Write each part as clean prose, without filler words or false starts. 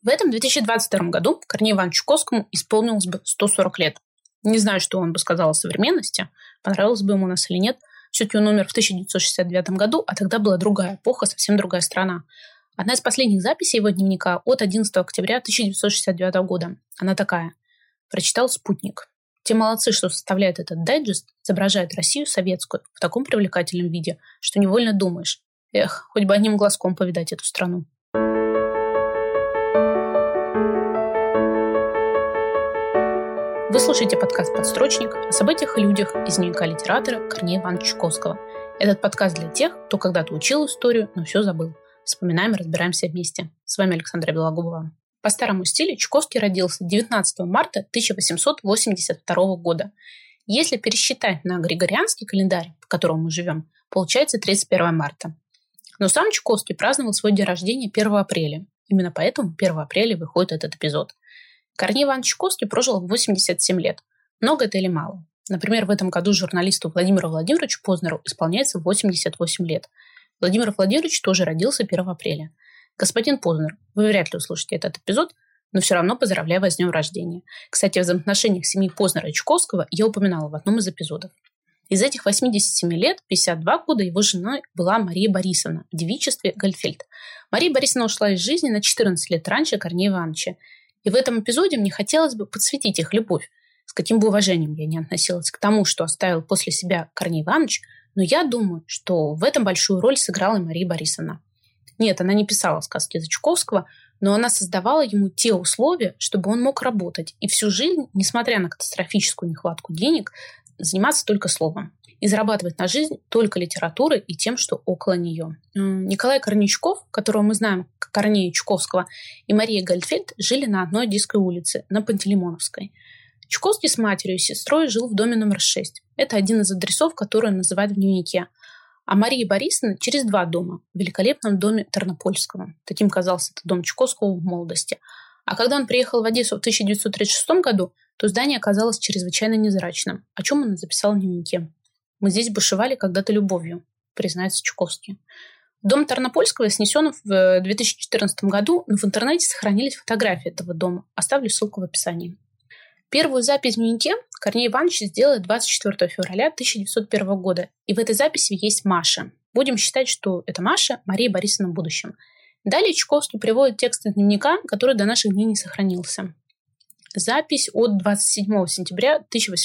В этом 2022 году Корнею Ивановичу Чуковскому исполнилось бы 140 лет. Не знаю, что он бы сказал о современности, понравилось бы ему нас или нет. Все-таки он умер в 1969 году, а тогда была другая эпоха, совсем другая страна. Одна из последних записей его дневника от 11 октября 1969 года. Она такая. Прочитал «Спутник». Те молодцы, что составляют этот дайджест, изображают Россию советскую в таком привлекательном виде, что невольно думаешь, эх, хоть бы одним глазком повидать эту страну. Вы слушаете подкаст «Подстрочник» о событиях и людях из дневника литератора Корнея Ивановича Чуковского. Этот подкаст для тех, кто когда-то учил историю, но все забыл. Вспоминаем и разбираемся вместе. С вами Александра Белогубова. По старому стилю Чуковский родился 19 марта 1882 года. Если пересчитать на григорианский календарь, по которому мы живем, получается 31 марта. Но сам Чуковский праздновал свой день рождения 1 апреля. Именно поэтому 1 апреля выходит этот эпизод. Корней Иванович Чуковский прожил 87 лет. Много это или мало? Например, в этом году журналисту Владимиру Владимировичу Познеру исполняется 88 лет. Владимир Владимирович тоже родился 1 апреля. Господин Познер, вы вряд ли услышите этот эпизод, но все равно поздравляю вас с днем рождения. Кстати, о взаимоотношениях семьи Познера и Чуковского я упоминала в одном из эпизодов. Из этих 87 лет 52 года его женой была Мария Борисовна в девичестве Гольдфельд. Мария Борисовна ушла из жизни на 14 лет раньше Корнея Ивановича. И в этом эпизоде мне хотелось бы подсветить их любовь. С каким бы уважением я ни относилась к тому, что оставил после себя Корней Иванович, но я думаю, что в этом большую роль сыграла и Мария Борисовна. Нет, она не писала сказки за Чуковского, но она создавала ему те условия, чтобы он мог работать и всю жизнь, несмотря на катастрофическую нехватку денег, заниматься только словом и зарабатывать на жизнь только литературой и тем, что около нее. Николай Корнейчуков, которого мы знаем как Корнея Чуковского, и Мария Гольдфельд жили на одной Одесской улице, на Пантелеймоновской. Чуковский с матерью и сестрой жил в доме номер 6. Это один из адресов, который он называет в дневнике. А Мария Борисовна через 2 дома в великолепном доме Тернопольского. Таким казался этот дом Чуковского в молодости. А когда он приехал в Одессу в 1936 году, то здание оказалось чрезвычайно невзрачным, о чем он записал в дневнике. «Мы здесь бушевали когда-то любовью», признается Чуковский. Дом Тернопольского снесен в 2014 году, но в интернете сохранились фотографии этого дома. Оставлю ссылку в описании. Первую запись в дневнике Корней Иванович сделает 24 февраля 1901 года. И в этой записи есть Маша. Будем считать, что это Маша, Мария Борисовна в будущем. Далее Чуковский приводит текст из дневника, который до наших дней не сохранился. Запись от 27 сентября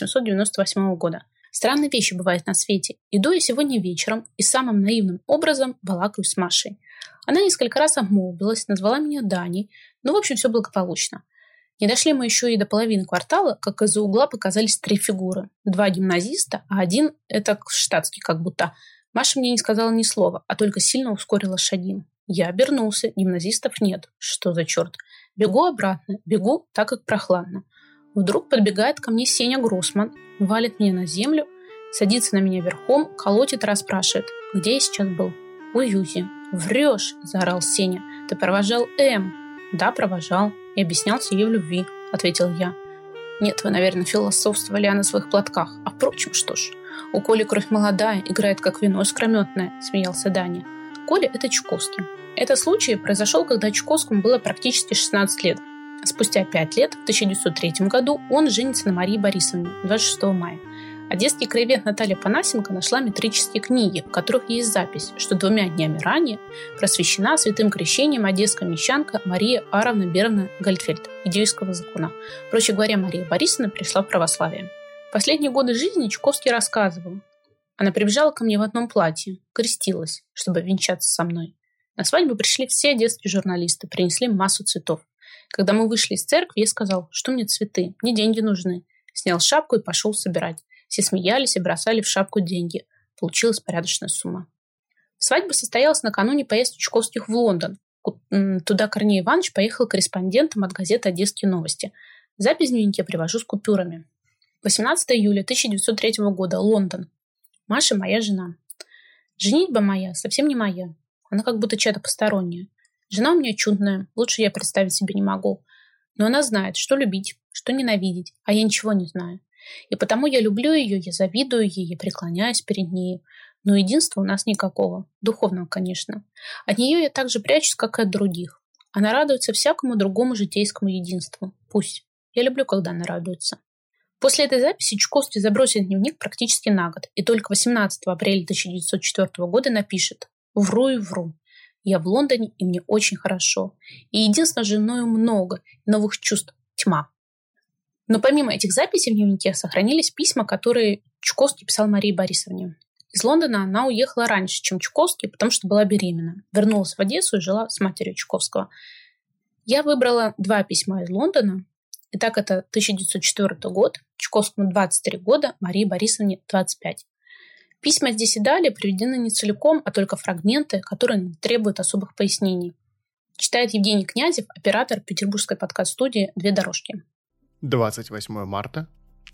1898 года. Странные вещи бывают на свете. Иду я сегодня вечером и самым наивным образом балакаю с Машей. Она несколько раз обмолвилась, назвала меня Даней, но в общем все благополучно. Не дошли мы еще и до половины квартала, как из-за угла показались 3 фигуры. 2 гимназиста, а один это штатский как будто. Маша мне не сказала ни слова, а только сильно ускорила шаги. Я обернулся, гимназистов нет. Что за черт? Бегу обратно, бегу так, как прохладно. Вдруг подбегает ко мне Сеня Гроссман, валит меня на землю, садится на меня верхом, колотит и расспрашивает, где я сейчас был. У Юзи. «Врешь!» – заорал Сеня. «Ты провожал М?» «Да, провожал. И объяснялся ей в любви», – ответил я. «Нет, вы, наверное, философствовали о на своих платках. А впрочем, что ж, у Коли кровь молодая, играет как вино искрометное», – смеялся Даня. Коля – это Чуковский. Этот случай произошел, когда Чуковскому было практически 16 лет. Спустя 5 лет, в 1903 году, он женится на Марии Борисовне 26 мая. Одесский краевед Наталья Панасенко нашла метрические книги, в которых есть запись, что 2 днями ранее просвещена святым крещением одесская мещанка Мария Аровна Беровна Гольдфельд, Идейского закона. Проще говоря, Мария Борисовна пришла в православие. В последние годы жизни Чуковский рассказывал. Она прибежала ко мне в одном платье, крестилась, чтобы венчаться со мной. На свадьбу пришли все одесские журналисты, принесли массу цветов. Когда мы вышли из церкви, я сказал, что мне цветы, мне деньги нужны. Снял шапку и пошел собирать. Все смеялись и бросали в шапку деньги. Получилась порядочная сумма. Свадьба состоялась накануне поездки Чуковских в Лондон. Туда Корней Иванович поехал корреспондентом от газеты «Одесские новости». Запись в дневнике привожу с купюрами. 18 июля 1903 года. Лондон. Маша моя жена. Женитьба моя совсем не моя. Она как будто чья-то посторонняя. Жена у меня чудная, лучше я представить себе не могу. Но она знает, что любить, что ненавидеть, а я ничего не знаю. И потому я люблю ее, я завидую ей, я преклоняюсь перед ней. Но единства у нас никакого. Духовного, конечно. От нее я так же прячусь, как и от других. Она радуется всякому другому житейскому единству. Пусть. Я люблю, когда она радуется. После этой записи Чуковский забросит дневник практически на год, и только 18 апреля 1904 года напишет: «Вру и вру. Я в Лондоне, и мне очень хорошо. И единственно же мною много новых чувств. Тьма». Но помимо этих записей в дневнике сохранились письма, которые Чуковский писал Марии Борисовне. Из Лондона она уехала раньше, чем Чуковский, потому что была беременна. Вернулась в Одессу и жила с матерью Чуковского. Я выбрала 2 письма из Лондона. Итак, это 1904 год, Чуковскому 23 года, Марии Борисовне 25. Письма здесь и далее приведены не целиком, а только фрагменты, которые требуют особых пояснений. Читает Евгений Князев, оператор петербургской подкаст-студии «Две дорожки». 28 марта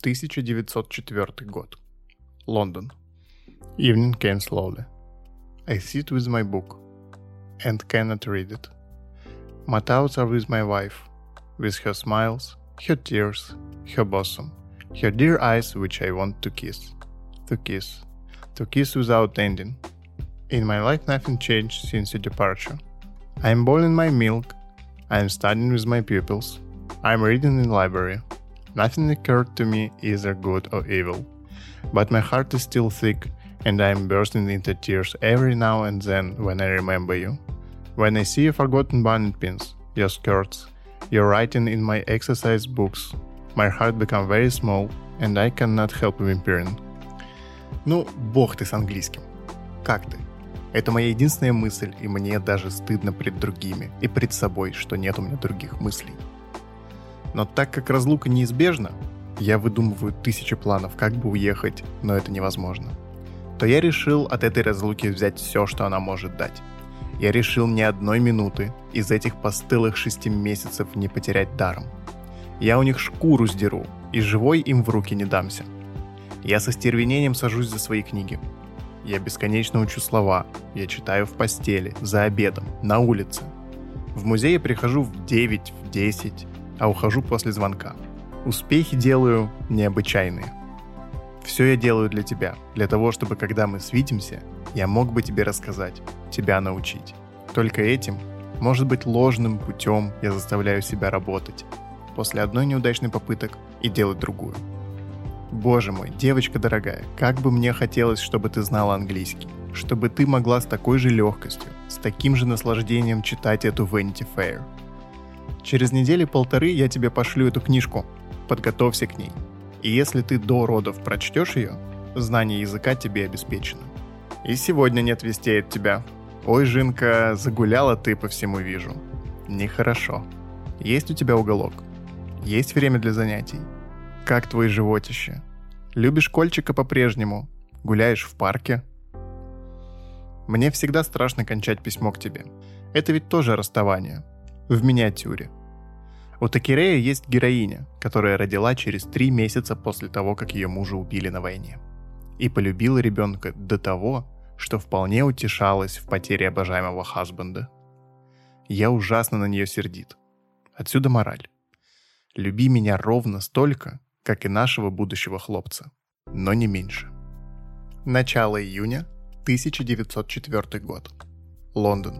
1904 год. Лондон. Evening came slowly. I sit with my book and cannot read it. My thoughts are with my wife, with her smiles, her tears, her bosom, her dear eyes which I want to kiss. To kiss without ending. In my life nothing changed since your departure. I am boiling my milk, I am studying with my pupils, I am reading in library. Nothing occurred to me either good or evil. But my heart is still thick, and I am bursting into tears every now and then when I remember you. When I see your forgotten bonnet pins, your skirts, your writing in my exercise books, my heart becomes very small, and I cannot help whimpering. Ну, бог ты с английским. Как ты? Это моя единственная мысль, и мне даже стыдно пред другими и пред собой, что нет у меня других мыслей. Но так как разлука неизбежна, я выдумываю 1000 планов, как бы уехать, но это невозможно. То я решил от этой разлуки взять все, что она может дать. Я решил ни одной минуты из этих постылых 6 месяцев не потерять даром. Я у них шкуру сдеру, и живой им в руки не дамся. Я со стервенением сажусь за свои книги. Я бесконечно учу слова, я читаю в постели, за обедом, на улице. В музей я прихожу в 9, в 10, а ухожу после звонка. Успехи делаю необычайные. Все я делаю для тебя, для того, чтобы, когда мы свидимся, я мог бы тебе рассказать, тебя научить. Только этим, может быть, ложным путем я заставляю себя работать, после одной неудачной попыток и делать другую. Боже мой, девочка дорогая, как бы мне хотелось, чтобы ты знала английский, чтобы ты могла с такой же легкостью, с таким же наслаждением читать эту Vanity Fair. Через 1-1.5 недели я тебе пошлю эту книжку, подготовься к ней. И если ты до родов прочтешь ее, знание языка тебе обеспечено. И сегодня нет вестей от тебя. Ой, Жинка, загуляла ты, по всему вижу. Нехорошо. Есть у тебя уголок? Есть время для занятий? Как твои животище? Любишь Кольчика по-прежнему? Гуляешь в парке? Мне всегда страшно кончать письмо к тебе. Это ведь тоже расставание. В миниатюре. У Такерея есть героиня, которая родила через 3 месяца после того, как ее мужа убили на войне. И полюбила ребенка до того, что вполне утешалась в потере обожаемого хазбенда. Я ужасно на нее сердит. Отсюда мораль. Люби меня ровно столько, как и нашего будущего хлопца, но не меньше. Начало июня 1904 год. Лондон.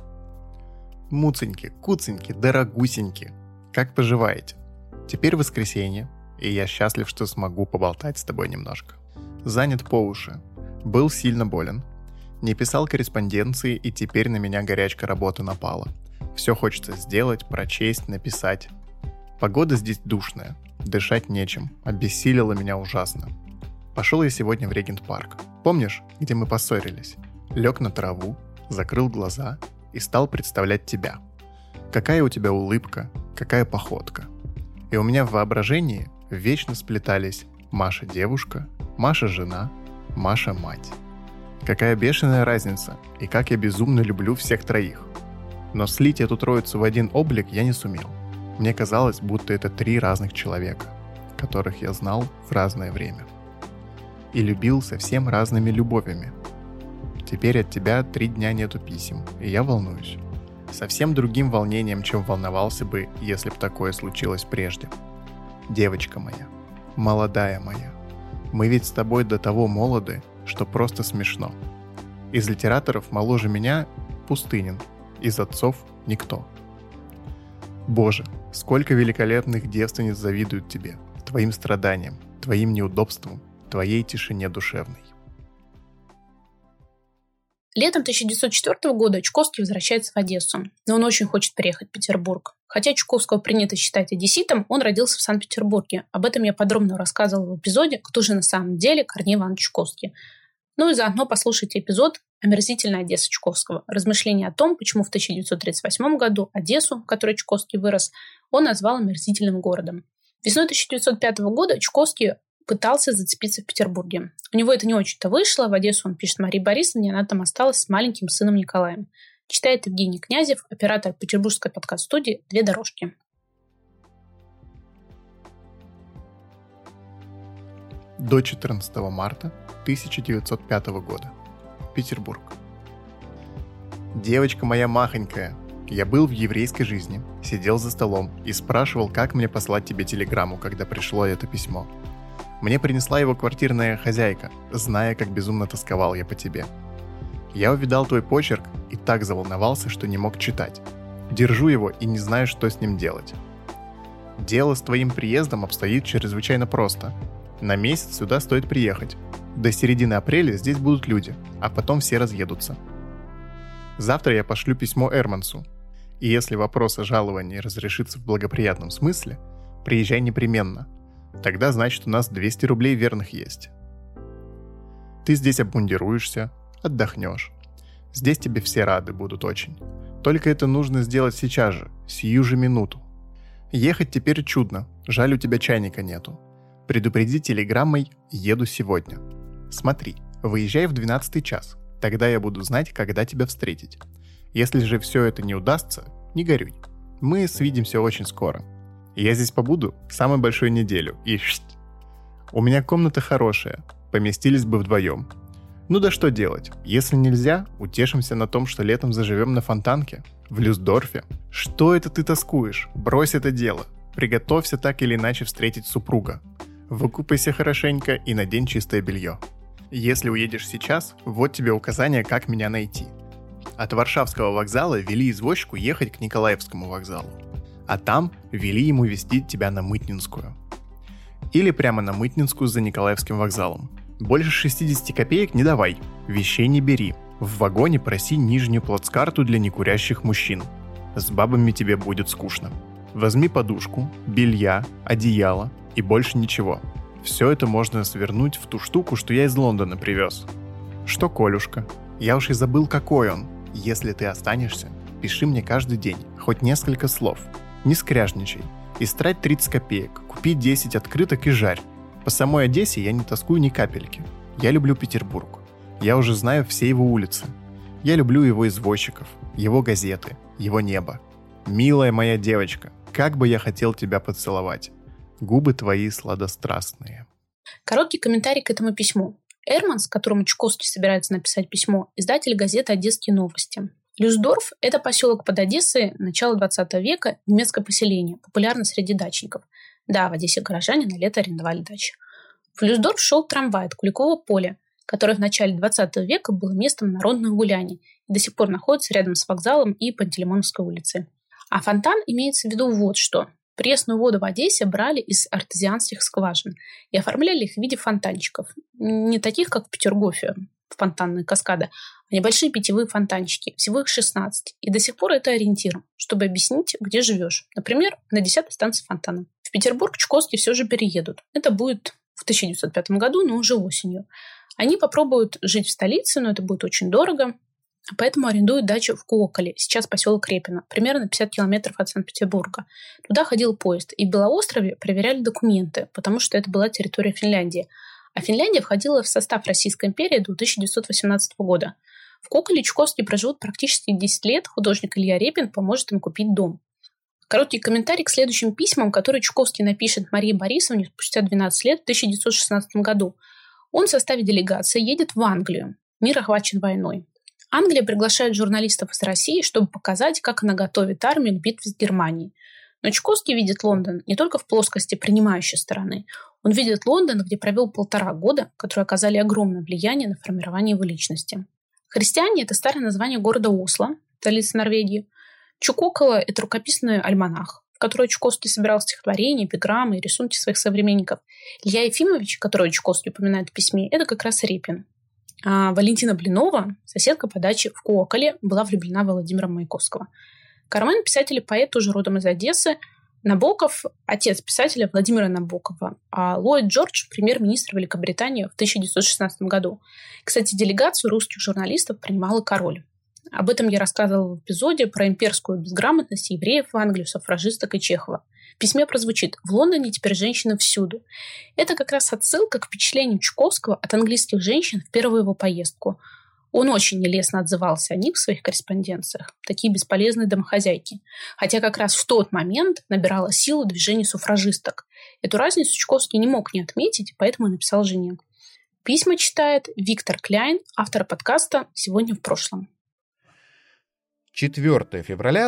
Муценьки, куценьки, дорогусеньки. Как поживаете? Теперь воскресенье, и я счастлив, что смогу поболтать с тобой немножко. Занят по уши. Был сильно болен. Не писал корреспонденции, и теперь на меня горячка работы напала. Все хочется сделать, прочесть, написать. Погода здесь душная. Дышать нечем. Обессилило меня ужасно. Пошел я сегодня в Регент-парк. Помнишь, где мы поссорились? Лег на траву, закрыл глаза и стал представлять тебя. Какая у тебя улыбка, какая походка. И у меня в воображении вечно сплетались Маша девушка, Маша жена, Маша мать. Какая бешеная разница, и как я безумно люблю всех троих. Но слить эту троицу в один облик я не сумел. Мне казалось, будто это 3 разных человека, которых я знал в разное время. И любил совсем разными любовями. Теперь от тебя 3 дня нету писем, и я волнуюсь. Совсем другим волнением, чем волновался бы, если бы такое случилось прежде. Девочка моя, молодая моя, мы ведь с тобой до того молоды, что просто смешно. Из литераторов моложе меня Пустынин, из отцов никто. Боже, сколько великолепных девственниц завидуют тебе, твоим страданиям, твоим неудобствам, твоей тишине душевной. Летом 1904 года Чуковский возвращается в Одессу, но он очень хочет переехать в Петербург. Хотя Чуковского принято считать одесситом, он родился в Санкт-Петербурге. Об этом я подробно рассказывала в эпизоде «Кто же на самом деле Корней Иванович Чуковский?». Ну и заодно послушайте эпизод «Омерзительная Одесса Чуковского». Размышления о том, почему в 1938 году Одессу, в которой Чуковский вырос, он назвал омерзительным городом. Весной 1905 года Чуковский пытался зацепиться в Петербурге. У него это не очень-то вышло. В Одессу он пишет Марии Борисовне, она там осталась с маленьким сыном Николаем. Читает Евгений Князев, оператор петербургской подкаст-студии «Две дорожки». До 14 марта 1905 года. Петербург. Девочка моя махонькая, я был в еврейской жизни, сидел за столом и спрашивал, как мне послать тебе телеграмму, когда пришло это письмо. Мне принесла его квартирная хозяйка, зная, как безумно тосковал я по тебе. Я увидал твой почерк и так заволновался, что не мог читать. Держу его и не знаю, что с ним делать. Дело с твоим приездом обстоит чрезвычайно просто. На месяц сюда стоит приехать. До середины апреля здесь будут люди, а потом все разъедутся. Завтра я пошлю письмо Эрмансу. И если вопрос о жаловании разрешится в благоприятном смысле, приезжай непременно. Тогда, значит, у нас 200 рублей верных есть. Ты здесь обмундируешься, отдохнешь. Здесь тебе все рады будут очень. Только это нужно сделать сейчас же, сию же минуту. Ехать теперь чудно, жаль, у тебя чайника нету. Предупреди телеграммой «Еду сегодня». Смотри, выезжай в 12 час, тогда я буду знать, когда тебя встретить. Если же все это не удастся, не горюй. Мы свидимся очень скоро. Я здесь побуду самую большую неделю, и у меня комната хорошая, поместились бы вдвоем. Ну да что делать, если нельзя, утешимся на том, что летом заживем на Фонтанке, в Люсдорфе. Что это ты тоскуешь? Брось это дело. Приготовься так или иначе встретить супруга. Выкупайся хорошенько и надень чистое белье. Если уедешь сейчас, вот тебе указание, как меня найти. От Варшавского вокзала вели извозчику ехать к Николаевскому вокзалу. А там вели ему везти тебя на Мытнинскую. Или прямо на Мытнинскую за Николаевским вокзалом. Больше 60 копеек не давай, вещей не бери. В вагоне проси нижнюю плацкарту для некурящих мужчин. С бабами тебе будет скучно. Возьми подушку, белья, одеяло и больше ничего. Все это можно свернуть в ту штуку, что я из Лондона привез. Что Колюшка? Я уж и забыл, какой он. Если ты останешься, пиши мне каждый день, хоть несколько слов. Не скряжничай. Истрать 30 копеек, купи 10 открыток и жарь. По самой Одессе я не тоскую ни капельки. Я люблю Петербург. Я уже знаю все его улицы. Я люблю его извозчиков, его газеты, его небо. Милая моя девочка, как бы я хотел тебя поцеловать. Губы твои сладострастные. Короткий комментарий к этому письму. Эрманс, которому Чуковский собирается написать письмо, издатель газеты «Одесские новости». Люсдорф – это поселок под Одессой начала 20 века, немецкое поселение, популярно среди дачников. Да, в Одессе горожане на лето арендовали дачи. В Люсдорф шел трамвай от Куликового поля, которое в начале 20 века было местом народных гуляний и до сих пор находится рядом с вокзалом и Пантелеймоновской улицей. А фонтан имеется в виду вот что. Пресную воду в Одессе брали из артезианских скважин и оформляли их в виде фонтанчиков. Не таких, как в Петергофе, фонтанные каскады, а небольшие питьевые фонтанчики. Всего их 16. И до сих пор это ориентир, чтобы объяснить, где живешь. Например, на 10-й станции фонтана. В Петербург Чуковский все же переедут. Это будет в 1905 году, но уже осенью. Они попробуют жить в столице, но это будет очень дорого. Поэтому арендуют дачу в Куоколе, сейчас поселок Репино, примерно 50 километров от Санкт-Петербурга. Туда ходил поезд, и в Белоострове проверяли документы, потому что это была территория Финляндии. А Финляндия входила в состав Российской империи до 1918 года. В Куоколе Чуковский проживут практически 10 лет, художник Илья Репин поможет им купить дом. Короткий комментарий к следующим письмам, которые Чуковский напишет Марии Борисовне спустя 12 лет в 1916 году. Он в составе делегации едет в Англию. Мир охвачен войной. Англия приглашает журналистов из России, чтобы показать, как она готовит армию к битве с Германией. Но Чуковский видит Лондон не только в плоскости принимающей стороны. Он видит Лондон, где провел 1,5 года, которые оказали огромное влияние на формирование его личности. Христиане – это старое название города Осло, столицы Норвегии. Чукокола — это рукописный альманах, в который Чуковский собирал стихотворения, эпиграммы и рисунки своих современников. Илья Ефимович, которого Чуковский упоминает в письме, это как раз Репин. А Валентина Блинова, соседка по даче в Куоколе, была влюблена в Владимира Маяковского. Кармен — писатель и поэт, тоже родом из Одессы. Набоков — отец писателя Владимира Набокова, а Ллойд Джордж — премьер-министр Великобритании в 1916 году. Кстати, делегацию русских журналистов принимал и король. Об этом я рассказывала в эпизоде про имперскую безграмотность евреев в Англию, суфражисток и Чехова. В письме прозвучит: «В Лондоне теперь женщины всюду». Это как раз отсылка к впечатлениям Чуковского от английских женщин в первую его поездку. Он очень нелестно отзывался о них в своих корреспонденциях. Такие бесполезные домохозяйки. Хотя как раз в тот момент набирало силу движение суфражисток. Эту разницу Чуковский не мог не отметить, поэтому и написал жене. Письма читает Виктор Кляйн, автор подкаста «Сегодня в прошлом». 4 февраля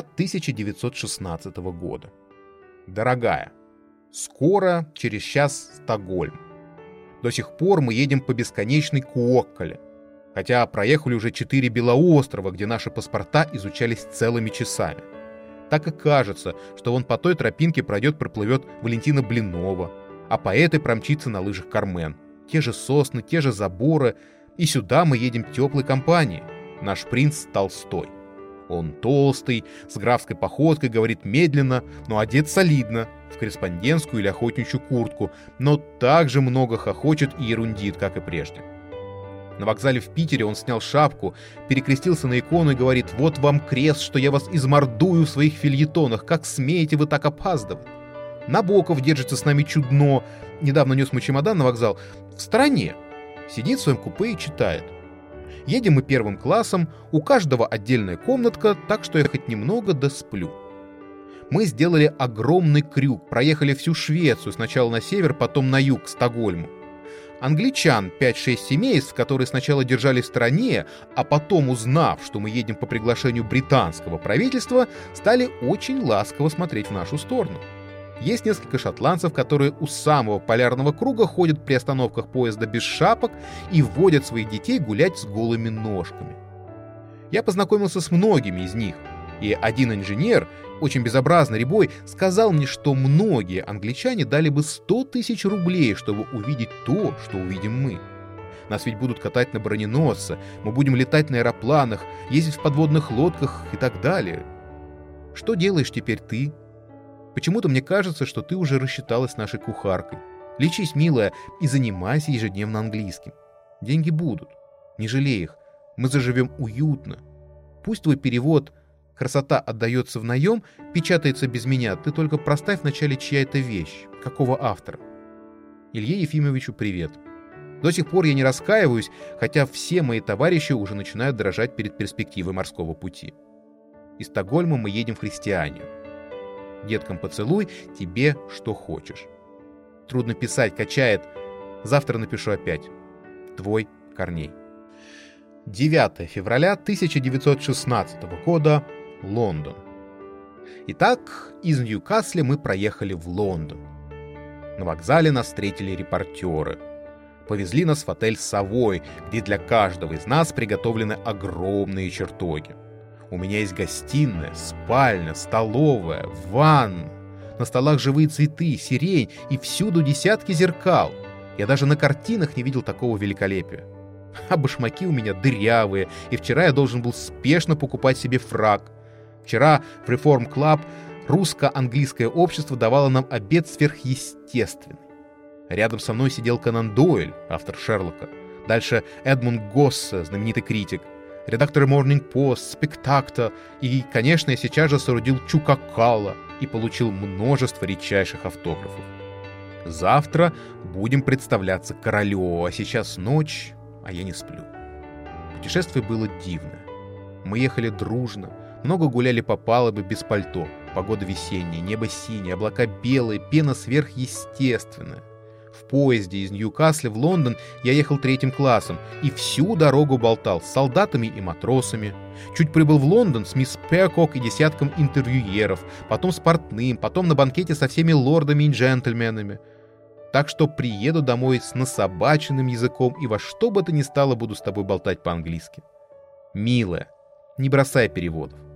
1916 года. Дорогая, скоро, через час, Стокгольм. До сих пор мы едем по бесконечной Куокколе, хотя проехали уже 4 белоострова, где наши паспорта изучались целыми часами. Так и кажется, что вон по той тропинке проплывет Валентина Блинова, а по этой промчится на лыжах Кармен. Те же сосны, те же заборы, и сюда мы едем теплой компанией. Наш принц Толстой. Он толстый, с графской походкой, говорит медленно, но одет солидно, в корреспондентскую или охотничью куртку, но также много хохочет и ерундит, как и прежде. На вокзале в Питере он снял шапку, перекрестился на икону и говорит: «Вот вам крест, что я вас измордую в своих фельетонах, как смеете вы так опаздывать?» Набоков держится с нами чудно, недавно нес мой чемодан на вокзал, в стороне, сидит в своем купе и читает. Едем мы первым классом, у каждого отдельная комнатка, так что я хоть немного да сплю. Мы сделали огромный крюк, проехали всю Швецию, сначала на север, потом на юг, к Стокгольму. Англичан 5-6 семейств, которые сначала держали в стороне, а потом, узнав, что мы едем по приглашению британского правительства, стали очень ласково смотреть в нашу сторону. Есть несколько шотландцев, которые у самого полярного круга ходят при остановках поезда без шапок и вводят своих детей гулять с голыми ножками. Я познакомился с многими из них, и один инженер, очень безобразный рябой, сказал мне, что многие англичане дали бы 100 тысяч рублей, чтобы увидеть то, что увидим мы. Нас ведь будут катать на броненосце, мы будем летать на аэропланах, ездить в подводных лодках и так далее. Что делаешь теперь ты? Почему-то мне кажется, что ты уже рассчиталась с нашей кухаркой. Лечись, милая, и занимайся ежедневно английским. Деньги будут. Не жалей их. Мы заживем уютно. Пусть твой перевод «Красота отдается в наем» печатается без меня. Ты только проставь в начале, чья это вещь, какого автора. Илье Ефимовичу привет. До сих пор я не раскаиваюсь, хотя все мои товарищи уже начинают дрожать перед перспективой морского пути. Из Стокгольма мы едем в Христианию. Деткам поцелуй, тебе что хочешь. Трудно писать, качает. Завтра напишу опять. Твой Корней. 9 февраля 1916 года. Лондон. Итак, из Ньюкасля мы проехали в Лондон. На вокзале нас встретили репортеры. Повезли нас в отель «Совой», где для каждого из нас приготовлены огромные чертоги. У меня есть гостиная, спальня, столовая, ванна. На столах живые цветы, сирень и всюду десятки зеркал. Я даже на картинах не видел такого великолепия. А башмаки у меня дырявые, и вчера я должен был спешно покупать себе фрак. Вчера в Reform Club русско-английское общество давало нам обед сверхъестественный. Рядом со мной сидел Конан Дойль, автор Шерлока. Дальше Эдмунд Госсе, знаменитый критик. Редактор Morning Post, Spectator, и, конечно, я сейчас же соорудил Чукакала и получил множество редчайших автографов. Завтра будем представляться королю, а сейчас ночь, а я не сплю. Путешествие было дивное. Мы ехали дружно, много гуляли по палубе без пальто, погода весенняя, небо синее, облака белые, пена сверхъестественная. В поезде из Ньюкасля в Лондон я ехал 3 классом и всю дорогу болтал с солдатами и матросами. Чуть прибыл в Лондон с мисс Пекок и десятком интервьюеров, потом с портным, потом на банкете со всеми лордами и джентльменами. Так что приеду домой с насобаченным языком и во что бы то ни стало буду с тобой болтать по-английски. Милая, не бросай переводов.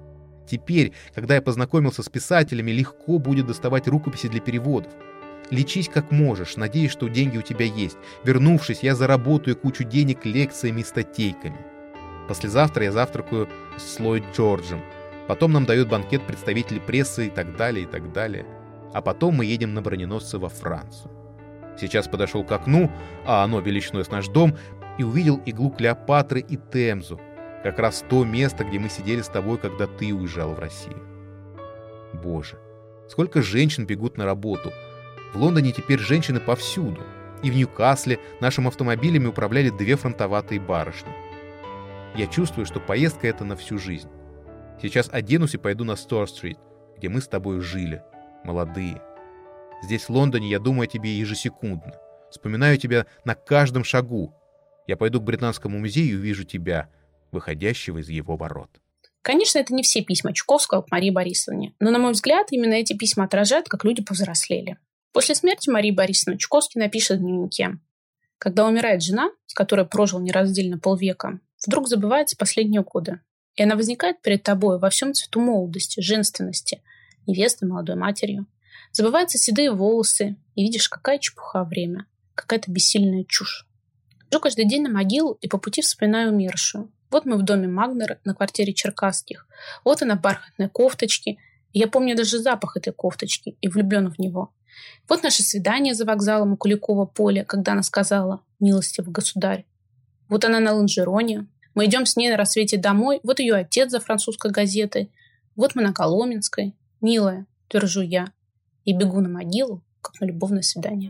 Теперь, когда я познакомился с писателями, легко будет доставать рукописи для переводов. Лечись как можешь, надеюсь, что деньги у тебя есть. Вернувшись, я заработаю кучу денег лекциями и статейками. Послезавтра я завтракаю с Ллойд Джорджем. Потом нам дают банкет представители прессы и так далее, и так далее. А потом мы едем на броненосце во Францию. Сейчас подошел к окну, а оно величиной с наш дом, и увидел иглу Клеопатры и Темзу. Как раз то место, где мы сидели с тобой, когда ты уезжал в Россию. Боже, сколько женщин бегут на работу. В Лондоне теперь женщины повсюду. И в Ньюкасле нашим автомобилями управляли 2 фронтоватые барышни. Я чувствую, что поездка эта на всю жизнь. Сейчас оденусь и пойду на Стор-стрит, где мы с тобой жили, молодые. Здесь, в Лондоне, я думаю о тебе ежесекундно. Вспоминаю тебя на каждом шагу. Я пойду к Британскому музею и увижу тебя, выходящего из его ворот. Конечно, это не все письма Чуковского к Марии Борисовне, но, на мой взгляд, именно эти письма отражают, как люди повзрослели. После смерти Марии Борисовны Чуковский напишет в дневнике: «Когда умирает жена, с которой прожил нераздельно полвека, вдруг забываются последние годы, и она возникает перед тобой во всем цвету молодости, женственности, невесты, молодой матерью. Забываются седые волосы, и видишь, какая чепуха время, какая-то бессильная чушь. Хожу каждый день на могилу и по пути вспоминаю умершую. Вот мы в доме Магнера на квартире Черкасских. Вот она в бархатной кофточке, и я помню даже запах этой кофточки и влюблен в него. Вот наше свидание за вокзалом у Куликова поля, когда она сказала: «Милостивый государь». Вот она на лонжероне. Мы идем с ней на рассвете домой. Вот ее отец за французской газетой. Вот мы на Коломенской. «Милая», твержу я, и бегу на могилу, как на любовное свидание.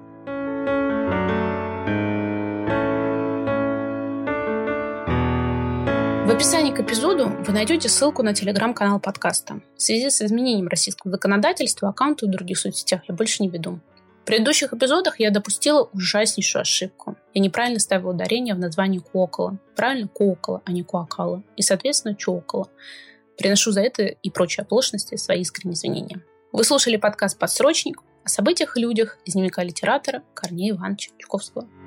В описании к эпизоду вы найдете ссылку на телеграм-канал подкаста. В связи с изменением российского законодательства аккаунты в других соцсетях я больше не веду. В предыдущих эпизодах я допустила ужаснейшую ошибку. Я неправильно ставила ударение в названии Куокола. Правильно Куокола, а не Куакала. И, соответственно, Чуокола. Приношу за это и прочие оплошности свои искренние извинения. Вы слушали подкаст «Подсрочник» о событиях и людях из дневника литератора Корнея Ивановича Чуковского.